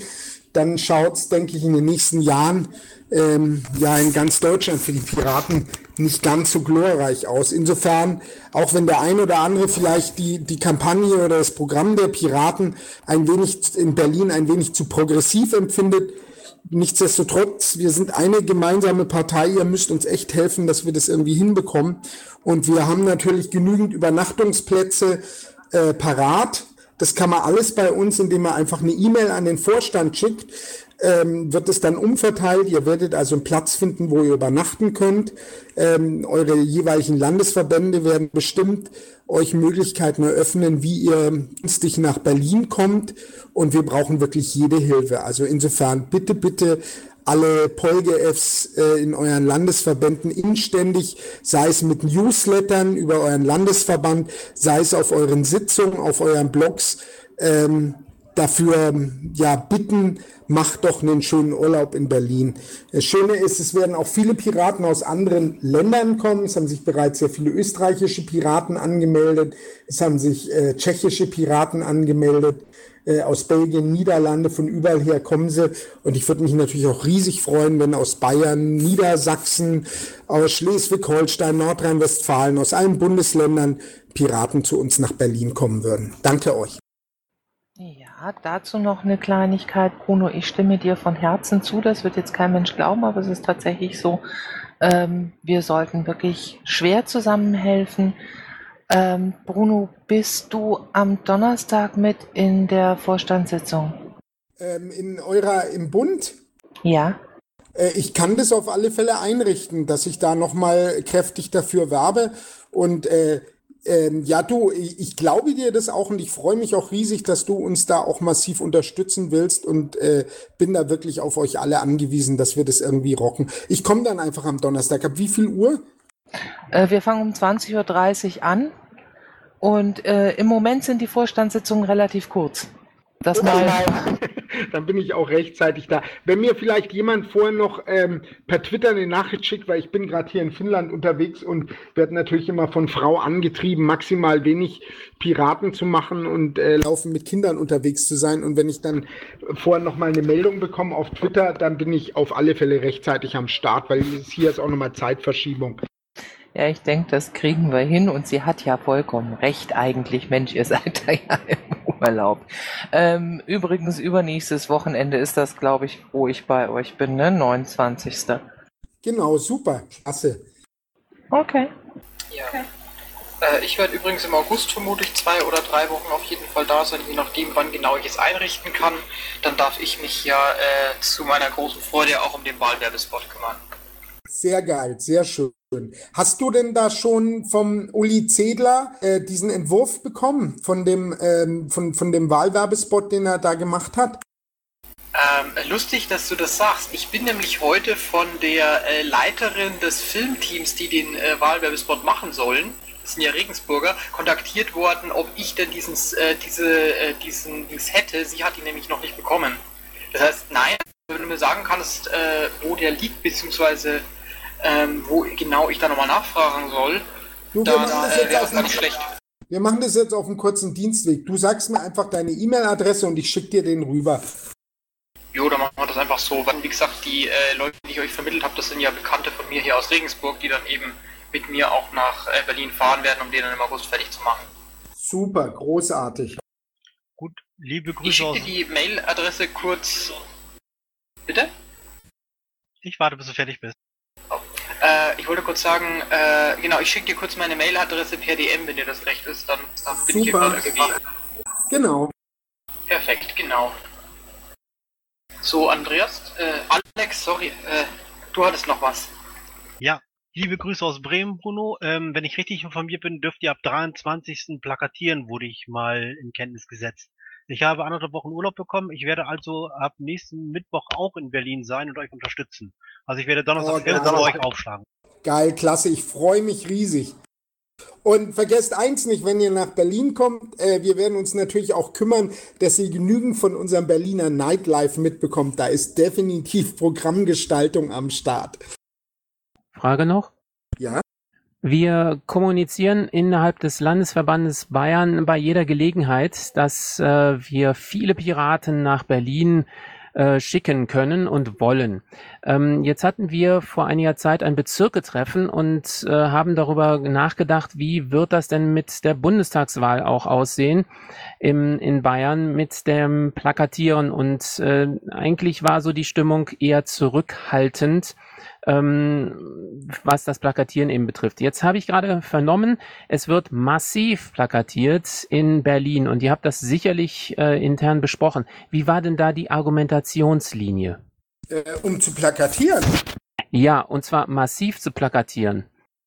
dann schaut es, denke ich, in den nächsten Jahren ähm, ja in ganz Deutschland für die Piraten nicht ganz so glorreich aus. Insofern, auch wenn der ein oder andere vielleicht die, die Kampagne oder das Programm der Piraten ein wenig in Berlin ein wenig zu progressiv empfindet, nichtsdestotrotz, wir sind eine gemeinsame Partei, ihr müsst uns echt helfen, dass wir das irgendwie hinbekommen. Und wir haben natürlich genügend Übernachtungsplätze äh, parat. Das kann man alles bei uns, indem man einfach eine E-Mail an den Vorstand schickt, ähm, wird es dann umverteilt. Ihr werdet also einen Platz finden, wo ihr übernachten könnt. Ähm, eure jeweiligen Landesverbände werden bestimmt euch Möglichkeiten eröffnen, wie ihr günstig nach Berlin kommt. Und wir brauchen wirklich jede Hilfe. Also insofern bitte, bitte alle Polge-Fs äh, in euren Landesverbänden inständig, sei es mit Newslettern über euren Landesverband, sei es auf euren Sitzungen, auf euren Blogs, ähm, dafür ja bitten, macht doch einen schönen Urlaub in Berlin. Das Schöne ist, es werden auch viele Piraten aus anderen Ländern kommen. Es haben sich bereits sehr viele österreichische Piraten angemeldet. Es haben sich äh, tschechische Piraten angemeldet. Äh, aus Belgien, Niederlande, von überall her kommen sie. Und ich würde mich natürlich auch riesig freuen, wenn aus Bayern, Niedersachsen, aus Schleswig-Holstein, Nordrhein-Westfalen, aus allen Bundesländern Piraten zu uns nach Berlin kommen würden. Danke euch. Ja, dazu noch eine Kleinigkeit, Bruno. Ich stimme dir von Herzen zu. Das wird jetzt kein Mensch glauben, aber es ist tatsächlich so. Ähm, wir sollten wirklich schwer zusammenhelfen. Ähm, Bruno, bist du am Donnerstag mit in der Vorstandssitzung? Ähm, in eurer, im Bund? Ja. Äh, ich kann das auf alle Fälle einrichten, dass ich da nochmal kräftig dafür werbe. Und äh, ähm, ja, du, ich, ich glaube dir das auch und ich freue mich auch riesig, dass du uns da auch massiv unterstützen willst und äh, bin da wirklich auf euch alle angewiesen, dass wir das irgendwie rocken. Ich komme dann einfach am Donnerstag. Ab wie viel Uhr? Äh, wir fangen um zwanzig Uhr dreißig an und äh, im Moment sind die Vorstandssitzungen relativ kurz. Das mal. Dann bin ich auch rechtzeitig da. Wenn mir vielleicht jemand vorher noch ähm, per Twitter eine Nachricht schickt, weil ich bin gerade hier in Finnland unterwegs und werde natürlich immer von Frau angetrieben, maximal wenig Piraten zu machen und äh, laufen mit Kindern unterwegs zu sein. Und wenn ich dann vorher noch mal eine Meldung bekomme auf Twitter, dann bin ich auf alle Fälle rechtzeitig am Start, weil hier ist auch nochmal Zeitverschiebung. Ja, ich denke, das kriegen wir hin und sie hat ja vollkommen recht eigentlich. Mensch, ihr seid da ja im Urlaub. Ähm, übrigens, übernächstes Wochenende ist das, glaube ich, wo ich bei euch bin, ne? neunundzwanzigsten Genau, super, klasse. Okay. Ja. Okay. Äh, ich werde übrigens im August vermutlich zwei oder drei Wochen auf jeden Fall da sein, je nachdem, wann genau ich es einrichten kann. Dann darf ich mich ja äh, zu meiner großen Freude auch um den Wahlwerbespot kümmern. Sehr geil, sehr schön. Hast du denn da schon vom Uli Zedler äh, diesen Entwurf bekommen von dem, ähm, von, von dem Wahlwerbespot, den er da gemacht hat? Ähm, lustig, dass du das sagst. Ich bin nämlich heute von der äh, Leiterin des Filmteams, die den äh, Wahlwerbespot machen sollen, das sind ja Regensburger, kontaktiert worden, ob ich denn diesen, äh, diese, äh, diesen Dings hätte. Sie hat ihn nämlich noch nicht bekommen. Das heißt, nein, wenn du mir sagen kannst, äh, wo der liegt, beziehungsweise Ähm, wo genau ich da nochmal nachfragen soll, du, da äh, wäre es gar nicht schlecht. Wir machen das jetzt auf einem kurzen Dienstweg. Du sagst mir einfach deine E-Mail-Adresse und ich schicke dir den rüber. Jo, dann machen wir das einfach so. Wie gesagt, die äh, Leute, die ich euch vermittelt habe, das sind ja Bekannte von mir hier aus Regensburg, die dann eben mit mir auch nach äh, Berlin fahren werden, um den dann im August fertig zu machen. Super, großartig. Gut, liebe Grüße. Ich schicke dir die Mail-Adresse kurz. Bitte? Ich warte, bis du fertig bist. Oh. Äh, ich wollte kurz sagen, äh, genau, ich schicke dir kurz meine Mailadresse per D M, wenn dir das recht ist, dann, dann bin ich hier gerade irgendwie. Genau. Perfekt, genau. So, Andreas, äh, Alex, sorry, äh, du hattest noch was. Ja, liebe Grüße aus Bremen, Bruno. Ähm, wenn ich richtig informiert bin, dürft ihr ab dreiundzwanzigsten plakatieren, wurde ich mal in Kenntnis gesetzt. Ich habe anderthalb Wochen Urlaub bekommen. Ich werde also ab nächsten Mittwoch auch in Berlin sein und euch unterstützen. Also ich werde Donnerstag oh, bei euch aufschlagen. Geil, klasse. Ich freue mich riesig. Und vergesst eins nicht, wenn ihr nach Berlin kommt, äh, wir werden uns natürlich auch kümmern, dass ihr genügend von unserem Berliner Nightlife mitbekommt. Da ist definitiv Programmgestaltung am Start. Frage noch? Ja. Wir kommunizieren innerhalb des Landesverbandes Bayern bei jeder Gelegenheit, dass äh, wir viele Piraten nach Berlin äh, schicken können und wollen. Ähm, jetzt hatten wir vor einiger Zeit ein Bezirketreffen und äh, haben darüber nachgedacht, wie wird das denn mit der Bundestagswahl auch aussehen im, in Bayern mit dem Plakatieren. Und äh, eigentlich war so die Stimmung eher zurückhaltend, ähm, was das Plakatieren eben betrifft. Jetzt habe ich gerade vernommen, es wird massiv plakatiert in Berlin und ihr habt das sicherlich äh, intern besprochen. Wie war denn da die Argumentationslinie? Äh, um zu plakatieren? Ja, und zwar massiv zu plakatieren.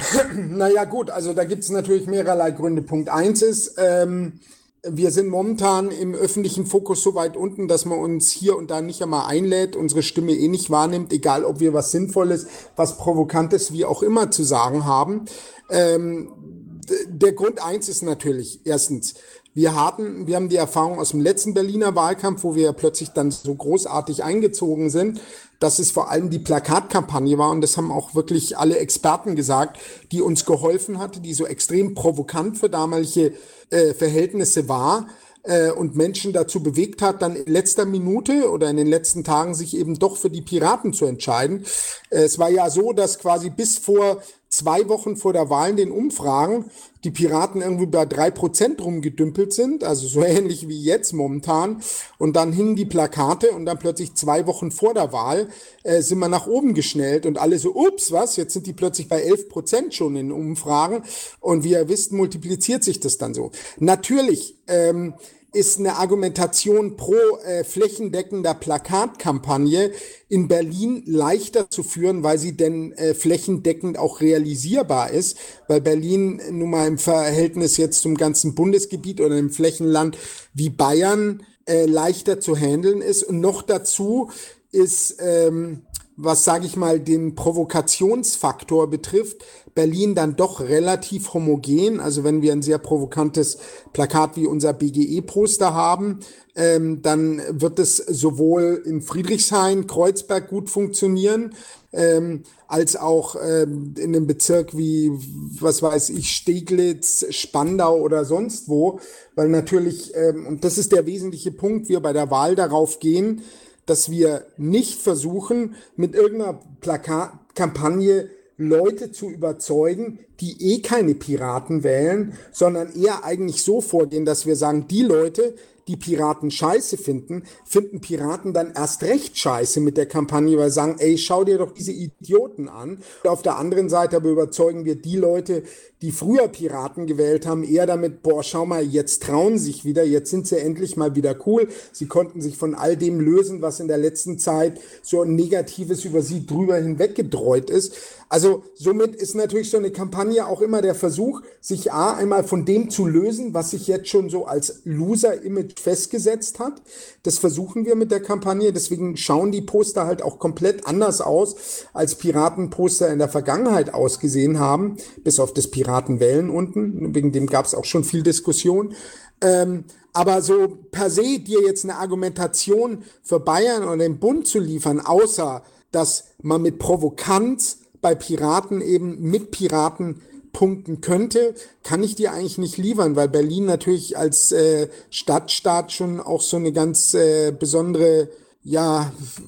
Naja gut, also da gibt es natürlich mehrerlei Gründe. Punkt eins ist, ähm, wir sind momentan im öffentlichen Fokus so weit unten, dass man uns hier und da nicht einmal einlädt, unsere Stimme eh nicht wahrnimmt, egal ob wir was Sinnvolles, was Provokantes, wie auch immer zu sagen haben. Ähm, der Grund eins ist natürlich, erstens, wir hatten, wir haben die Erfahrung aus dem letzten Berliner Wahlkampf, wo wir ja plötzlich dann so großartig eingezogen sind, dass es vor allem die Plakatkampagne war, und das haben auch wirklich alle Experten gesagt, die uns geholfen hatte, die so extrem provokant für damalige äh, Verhältnisse war äh, und Menschen dazu bewegt hat, dann in letzter Minute oder in den letzten Tagen sich eben doch für die Piraten zu entscheiden. Äh, es war ja so, dass quasi bis vor zwei Wochen vor der Wahl in den Umfragen die Piraten irgendwie bei drei Prozent rumgedümpelt sind, also so ähnlich wie jetzt momentan. Und dann hingen die Plakate und dann plötzlich zwei Wochen vor der Wahl äh, sind wir nach oben geschnellt und alle so, ups, was, jetzt sind die plötzlich bei elf Prozent schon in Umfragen. Und wie ihr wisst, multipliziert sich das dann so. Natürlich ähm, ist eine Argumentation pro äh, flächendeckender Plakatkampagne in Berlin leichter zu führen, weil sie denn äh, flächendeckend auch realisierbar ist, weil Berlin nun mal im Verhältnis jetzt zum ganzen Bundesgebiet oder im Flächenland wie Bayern äh, leichter zu handeln ist. Und noch dazu ist, ähm, was sage ich mal, den Provokationsfaktor betrifft, Berlin dann doch relativ homogen. Also wenn wir ein sehr provokantes Plakat wie unser B G E-Poster haben, ähm, dann wird es sowohl in Friedrichshain, Kreuzberg gut funktionieren, ähm, als auch ähm, in einem Bezirk wie, was weiß ich, Steglitz, Spandau oder sonst wo. Weil natürlich, ähm, und das ist der wesentliche Punkt, wir bei der Wahl darauf gehen, dass wir nicht versuchen, mit irgendeiner Plakatkampagne Leute zu überzeugen, die eh keine Piraten wählen, sondern eher eigentlich so vorgehen, dass wir sagen, die Leute, die Piraten scheiße finden, finden Piraten dann erst recht scheiße mit der Kampagne, weil sie sagen, ey, schau dir doch diese Idioten an. Und auf der anderen Seite aber überzeugen wir die Leute, die früher Piraten gewählt haben, eher damit, boah, schau mal, jetzt trauen sich wieder, jetzt sind sie endlich mal wieder cool. Sie konnten sich von all dem lösen, was in der letzten Zeit so ein Negatives über sie drüber hinweggedreut ist. Also somit ist natürlich so eine Kampagne auch immer der Versuch, sich A, einmal von dem zu lösen, was sich jetzt schon so als Loser-Image festgesetzt hat. Das versuchen wir mit der Kampagne. Deswegen schauen die Poster halt auch komplett anders aus, als Piratenposter in der Vergangenheit ausgesehen haben, bis auf das Piratenwellen unten. Wegen dem gab es auch schon viel Diskussion. Ähm, aber so per se dir jetzt eine Argumentation für Bayern oder den Bund zu liefern, außer dass man mit Provokanz bei Piraten eben mit Piraten punkten könnte, kann ich dir eigentlich nicht liefern, weil Berlin natürlich als äh, Stadtstaat schon auch so eine ganz äh, besondere, ja,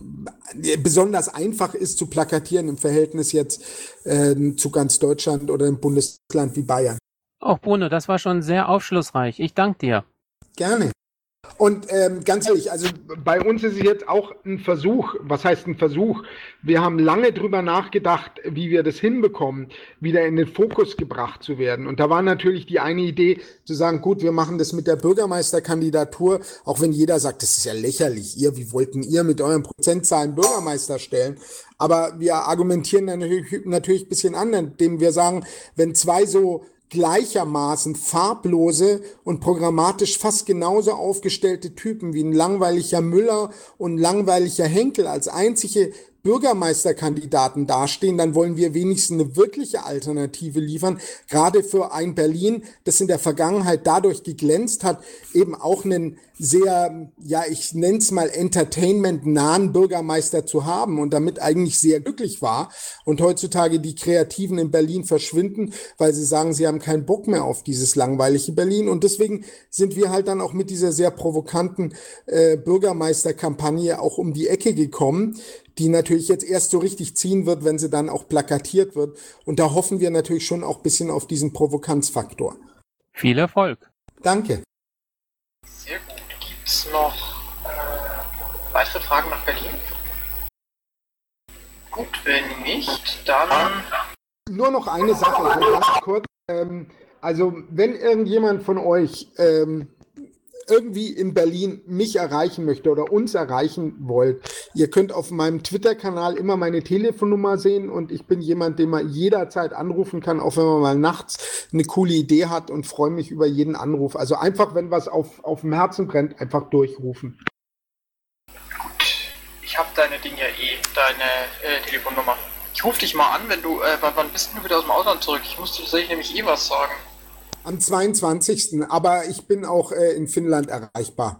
besonders einfach ist zu plakatieren im Verhältnis jetzt äh, zu ganz Deutschland oder einem Bundesland wie Bayern. Auch Bruno, das war schon sehr aufschlussreich. Ich danke dir. Gerne. Und ähm, ganz ehrlich, also bei uns ist es jetzt auch ein Versuch, was heißt ein Versuch? Wir haben lange drüber nachgedacht, wie wir das hinbekommen, wieder in den Fokus gebracht zu werden. Und da war natürlich die eine Idee, zu sagen, gut, wir machen das mit der Bürgermeisterkandidatur, auch wenn jeder sagt, das ist ja lächerlich, ihr, wie wollten ihr mit euren Prozentzahlen Bürgermeister stellen? Aber wir argumentieren dann natürlich, natürlich ein bisschen anders, indem wir sagen, wenn zwei so gleichermaßen farblose und programmatisch fast genauso aufgestellte Typen wie ein langweiliger Müller und ein langweiliger Henkel als einzige Bürgermeisterkandidaten dastehen, dann wollen wir wenigstens eine wirkliche Alternative liefern, gerade für ein Berlin, das in der Vergangenheit dadurch geglänzt hat, eben auch einen sehr, ja, ich nenne es mal entertainment-nahen Bürgermeister zu haben und damit eigentlich sehr glücklich war. Und heutzutage die Kreativen in Berlin verschwinden, weil sie sagen, sie haben keinen Bock mehr auf dieses langweilige Berlin. Und deswegen sind wir halt dann auch mit dieser sehr provokanten äh, Bürgermeisterkampagne auch um die Ecke gekommen, die natürlich jetzt erst so richtig ziehen wird, wenn sie dann auch plakatiert wird. Und da hoffen wir natürlich schon auch ein bisschen auf diesen Provokanzfaktor. Viel Erfolg. Danke. Sehr gut. Gibt es noch äh, weitere Fragen nach Berlin? Gut, wenn nicht, dann... Nur noch eine Sache, so ganz kurz. Ähm, also wenn irgendjemand von euch ähm, irgendwie in Berlin mich erreichen möchte oder uns erreichen wollt, ihr könnt auf meinem Twitter-Kanal immer meine Telefonnummer sehen und ich bin jemand, den man jederzeit anrufen kann, auch wenn man mal nachts eine coole Idee hat und freue mich über jeden Anruf. Also einfach, wenn was auf, auf dem Herzen brennt, einfach durchrufen. Gut, ich habe deine Dinge ja eh, deine äh, Telefonnummer. Ich rufe dich mal an, wenn du, äh, wann bist du wieder aus dem Ausland zurück? Ich musste tatsächlich nämlich eh was sagen. Am zweiundzwanzigsten Aber ich bin auch äh, in Finnland erreichbar.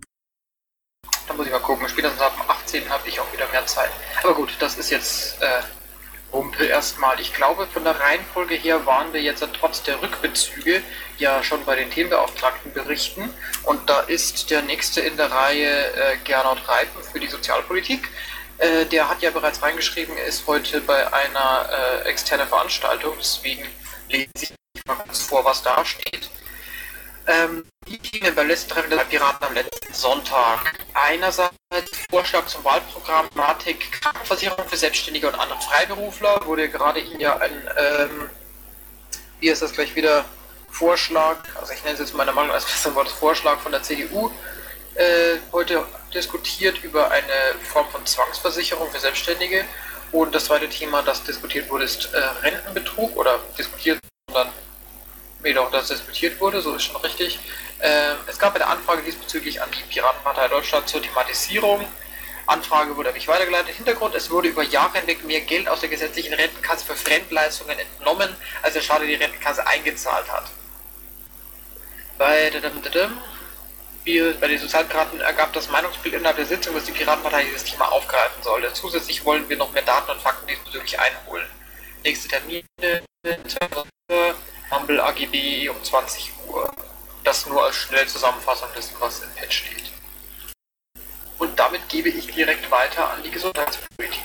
Da muss ich mal gucken. Spätestens ab dem achtzehnten habe ich auch wieder mehr Zeit. Aber gut, das ist jetzt äh, Rumpel erstmal. Ich glaube, von der Reihenfolge her waren wir jetzt trotz der Rückbezüge ja schon bei den Themenbeauftragten berichten. Und da ist der nächste in der Reihe äh, Gernot Reipen für die Sozialpolitik. Äh, der hat ja bereits reingeschrieben, er ist heute bei einer äh, externen Veranstaltung. Deswegen lese ich mal kurz vor, was da steht. Ähm, die Themen beim letzten Treffen der Piraten am letzten Sonntag. Einerseits Vorschlag zum Wahlprogramm, Thematik Krankenversicherung für Selbstständige und andere Freiberufler. Wurde gerade Ihnen ja ein, ähm, wie ist das gleich wieder, Vorschlag, also ich nenne es jetzt meiner Meinung nach als besser Wort, Vorschlag von der C D U, äh, heute diskutiert über eine Form von Zwangsversicherung für Selbstständige. Und das zweite Thema, das diskutiert wurde, ist äh, Rentenbetrug oder diskutiert, sondern nee, doch, das diskutiert wurde, so ist schon richtig. Äh, es gab eine Anfrage diesbezüglich an die Piratenpartei Deutschland zur Thematisierung. Anfrage wurde nicht weitergeleitet. Hintergrund, es wurde über Jahre hinweg mehr Geld aus der gesetzlichen Rentenkasse für Fremdleistungen entnommen, als der Staat die Rentenkasse eingezahlt hat. Bei, wir, bei den Sozialdemokraten ergab das Meinungsbild innerhalb der Sitzung, dass die Piratenpartei dieses Thema aufgreifen sollte. Zusätzlich wollen wir noch mehr Daten und Fakten diesbezüglich einholen. Nächste Termine, Mumble A G B um zwanzig Uhr. Das nur als schnelle Zusammenfassung dessen, was im Pad steht. Und damit gebe ich direkt weiter an die Gesundheitspolitik.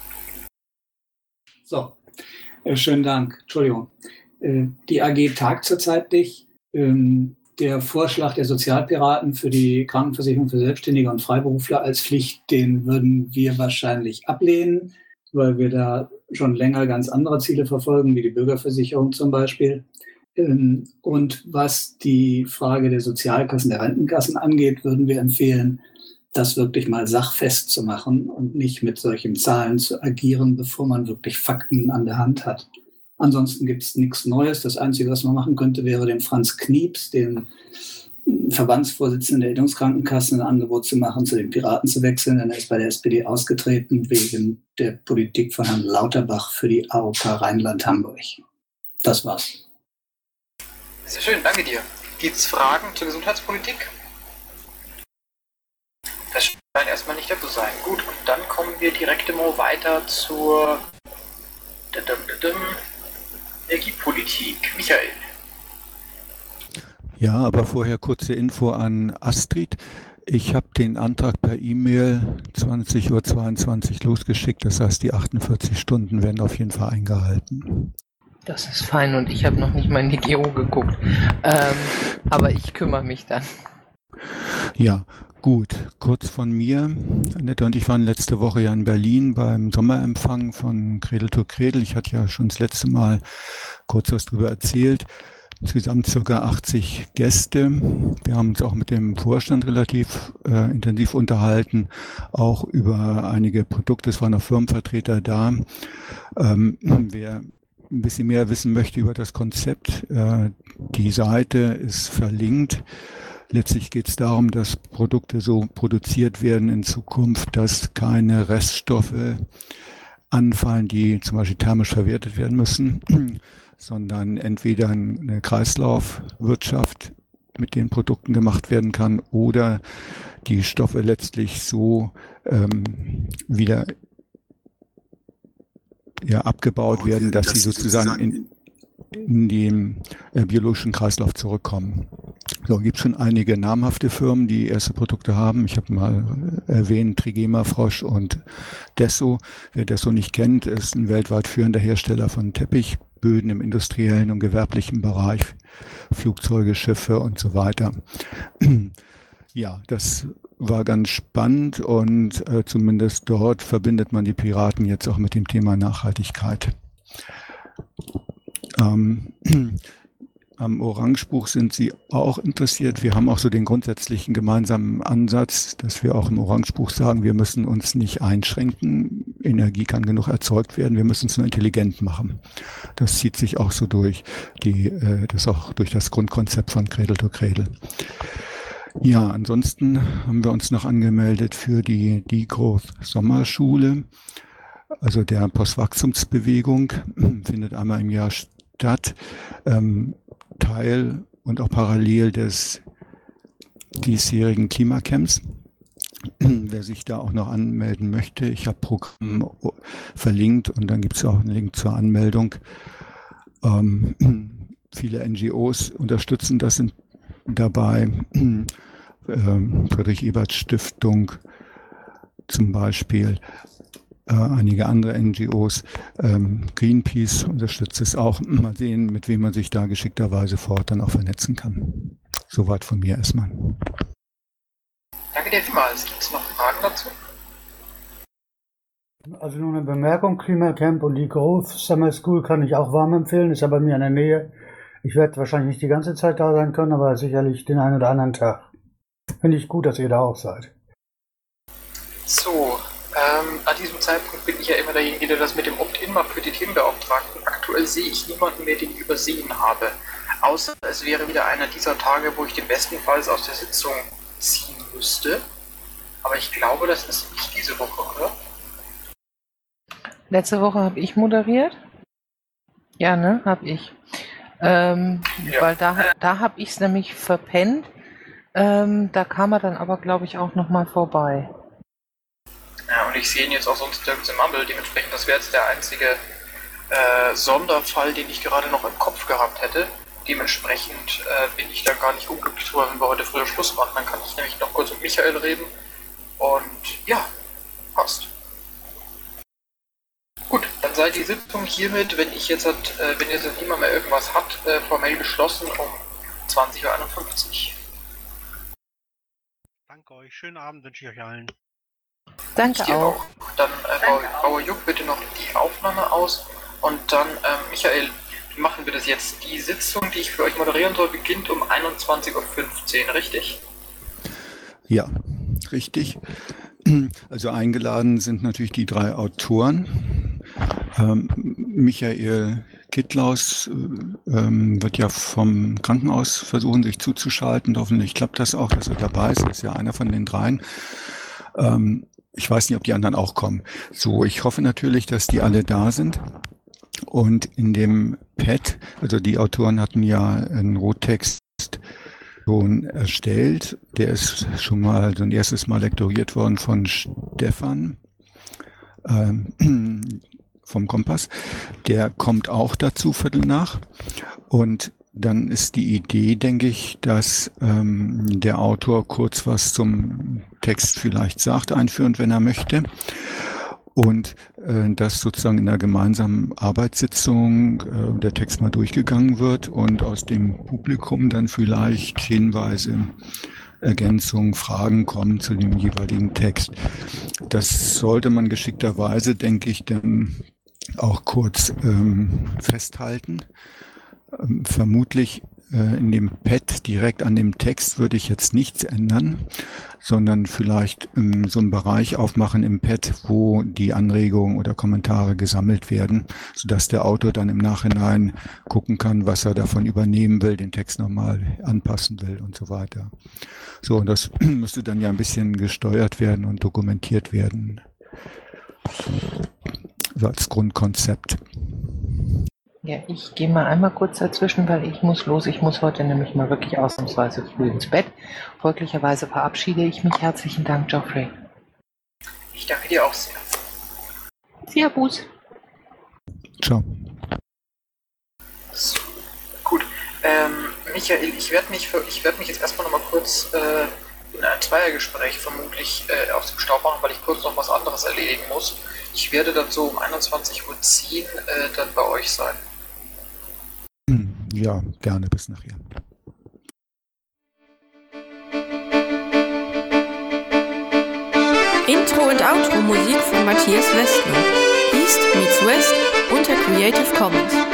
So, äh, schönen Dank. Entschuldigung. Äh, die A G tagt zurzeit nicht. Ähm, der Vorschlag der Sozialpiraten für die Krankenversicherung für Selbstständige und Freiberufler als Pflicht, den würden wir wahrscheinlich ablehnen, weil wir da schon länger ganz andere Ziele verfolgen, wie die Bürgerversicherung zum Beispiel. Und was die Frage der Sozialkassen, der Rentenkassen angeht, würden wir empfehlen, das wirklich mal sachfest zu machen und nicht mit solchen Zahlen zu agieren, bevor man wirklich Fakten an der Hand hat. Ansonsten gibt es nichts Neues. Das Einzige, was man machen könnte, wäre dem Franz Knieps, dem Verbandsvorsitzenden der Bildungskrankenkassen, ein Angebot zu machen, zu den Piraten zu wechseln. Denn er ist bei der S P D ausgetreten wegen der Politik von Herrn Lauterbach für die A O K Rheinland-Hamburg. Das war's. Sehr schön, danke dir. Gibt es Fragen zur Gesundheitspolitik? Das scheint erstmal nicht der zu sein. Gut, und dann kommen wir direkt immer weiter zur Energiepolitik. Michael. Ja, aber vorher kurze Info an Astrid. Ich habe den Antrag per E-Mail zwanzig Uhr zweiundzwanzig losgeschickt. Das heißt, die achtundvierzig Stunden werden auf jeden Fall eingehalten. Das ist fein und ich habe noch nicht mal in die G O geguckt. Ähm, aber ich kümmere mich dann. Ja, gut. Kurz von mir. Annette und ich waren letzte Woche ja in Berlin beim Sommerempfang von Cradle to Cradle. Ich hatte ja schon das letzte Mal kurz was drüber erzählt. Insgesamt ca. achtzig Gäste. Wir haben uns auch mit dem Vorstand relativ äh, intensiv unterhalten, auch über einige Produkte. Es waren noch Firmenvertreter da. Ähm, wer ein bisschen mehr wissen möchte über das Konzept, äh, die Seite ist verlinkt. Letztlich geht es darum, dass Produkte so produziert werden in Zukunft, dass keine Reststoffe anfallen, die zum Beispiel thermisch verwertet werden müssen, sondern entweder eine Kreislaufwirtschaft mit den Produkten gemacht werden kann oder die Stoffe letztlich so ähm, wieder ja, abgebaut werden, dass sie sozusagen in, in den äh, biologischen Kreislauf zurückkommen. So, gibt schon einige namhafte Firmen, die erste Produkte haben. Ich habe mal erwähnt, Trigema, Frosch und Desso. Wer Desso nicht kennt, ist ein weltweit führender Hersteller von Teppichböden im industriellen und gewerblichen Bereich, Flugzeuge, Schiffe und so weiter. Ja, das war ganz spannend und äh, zumindest dort verbindet man die Piraten jetzt auch mit dem Thema Nachhaltigkeit. Ähm, Am Orangebuch sind sie auch interessiert. Wir haben auch so den grundsätzlichen gemeinsamen Ansatz, dass wir auch im Orangebuch sagen, wir müssen uns nicht einschränken. Energie kann genug erzeugt werden. Wir müssen es nur intelligent machen. Das zieht sich auch so durch die, äh, das auch durch das Grundkonzept von Cradle to Cradle. Ja, ansonsten haben wir uns noch angemeldet für die Degrowth Sommerschule. Also der Postwachstumsbewegung findet einmal im Jahr statt. Ähm, Teil und auch parallel des diesjährigen Klimacamps. Wer sich da auch noch anmelden möchte, ich habe Programm verlinkt und dann gibt es auch einen Link zur Anmeldung. Ähm, viele N G Os unterstützen das, sind dabei. Ähm, Friedrich-Ebert-Stiftung zum Beispiel. Äh, einige andere N G Os, ähm, Greenpeace unterstützt es auch. Mal sehen, mit wem man sich da geschickterweise vor Ort dann auch vernetzen kann. Soweit von mir erstmal. Danke dir vielmals. Gibt es noch Fragen dazu? Also nur eine Bemerkung, Klimacamp und die Growth Summer School kann ich auch warm empfehlen, ist ja bei mir in der Nähe. Ich werde wahrscheinlich nicht die ganze Zeit da sein können, aber sicherlich den einen oder anderen Tag. Finde ich gut, dass ihr da auch seid. So, Ähm, an diesem Zeitpunkt bin ich ja immer derjenige, der das mit dem Opt-in macht für die Themenbeauftragten. Aktuell sehe ich niemanden mehr, den ich übersehen habe. Außer es wäre wieder einer dieser Tage, wo ich den bestenfalls aus der Sitzung ziehen müsste. Aber ich glaube, das ist nicht diese Woche, oder? Letzte Woche habe ich moderiert. Ja, ne, habe ich. Ähm, ja. Weil da, da habe ich es nämlich verpennt. Ähm, da kam er dann aber, glaube ich, auch nochmal vorbei. Ja, und ich sehe ihn jetzt auch sonst nirgends im Mumble, dementsprechend, das wäre jetzt der einzige äh, Sonderfall, den ich gerade noch im Kopf gehabt hätte. Dementsprechend äh, bin ich da gar nicht unglücklich drüber, wenn wir heute früher Schluss machen. Dann kann ich nämlich noch kurz mit Michael reden. Und ja, passt. Gut, dann sei die Sitzung hiermit, wenn ich jetzt hat, äh, wenn jetzt niemand mehr irgendwas hat, äh, formell geschlossen um zwanzig Uhr einundfünfzig. Danke euch, schönen Abend wünsche ich euch allen. Danke ich dir auch. auch. Dann äh, baue, baue Juck bitte noch die Aufnahme aus und dann, äh, Michael, wie machen wir das jetzt? Die Sitzung, die ich für euch moderieren soll, beginnt um einundzwanzig Uhr fünfzehn, richtig? Ja, richtig. Also eingeladen sind natürlich die drei Autoren. Ähm, Michael Kittlaus ähm, wird ja vom Krankenhaus versuchen, sich zuzuschalten. Hoffentlich klappt das auch, dass er dabei ist. Er ist ja einer von den dreien. Ähm, ich weiß nicht, ob die anderen auch kommen. So, ich hoffe natürlich, dass die alle da sind. Und in dem Pad, also die Autoren hatten ja einen Rottext schon erstellt. Der ist schon mal so ein erstes Mal lektoriert worden von Stefan ähm, vom Kompass. Der kommt auch dazu, Viertel nach. Und dann ist die Idee, denke ich, dass ähm, der Autor kurz was zum Text vielleicht sagt, einführend, wenn er möchte. Und äh, dass sozusagen in einer gemeinsamen Arbeitssitzung äh, der Text mal durchgegangen wird und aus dem Publikum dann vielleicht Hinweise, Ergänzungen, Fragen kommen zu dem jeweiligen Text. Das sollte man geschickterweise, denke ich, dann auch kurz ähm, festhalten. Ähm, vermutlich Äh, in dem Pad direkt an dem Text würde ich jetzt nichts ändern, sondern vielleicht ähm, so einen Bereich aufmachen im Pad, wo die Anregungen oder Kommentare gesammelt werden, sodass der Autor dann im Nachhinein gucken kann, was er davon übernehmen will, den Text nochmal anpassen will und so weiter. So, und das müsste dann ja ein bisschen gesteuert werden und dokumentiert werden. So als Grundkonzept. Ja, ich gehe mal einmal kurz dazwischen, weil ich muss los. Ich muss heute nämlich mal wirklich ausnahmsweise früh ins Bett. Folglicherweise verabschiede ich mich. Herzlichen Dank, Geoffrey. Ich danke dir auch sehr. Servus. Ciao. So, gut. Ähm, Michael, ich werde mich, für, ich werd mich jetzt erstmal noch mal kurz äh, in ein Zweiergespräch vermutlich äh, aus dem Staub machen, weil ich kurz noch was anderes erledigen muss. Ich werde dann so um einundzwanzig Uhr zehn äh, dann bei euch sein. Ja, gerne, bis nachher. Intro und Outro Musik von Matthias Westner. East meets West unter Creative Commons.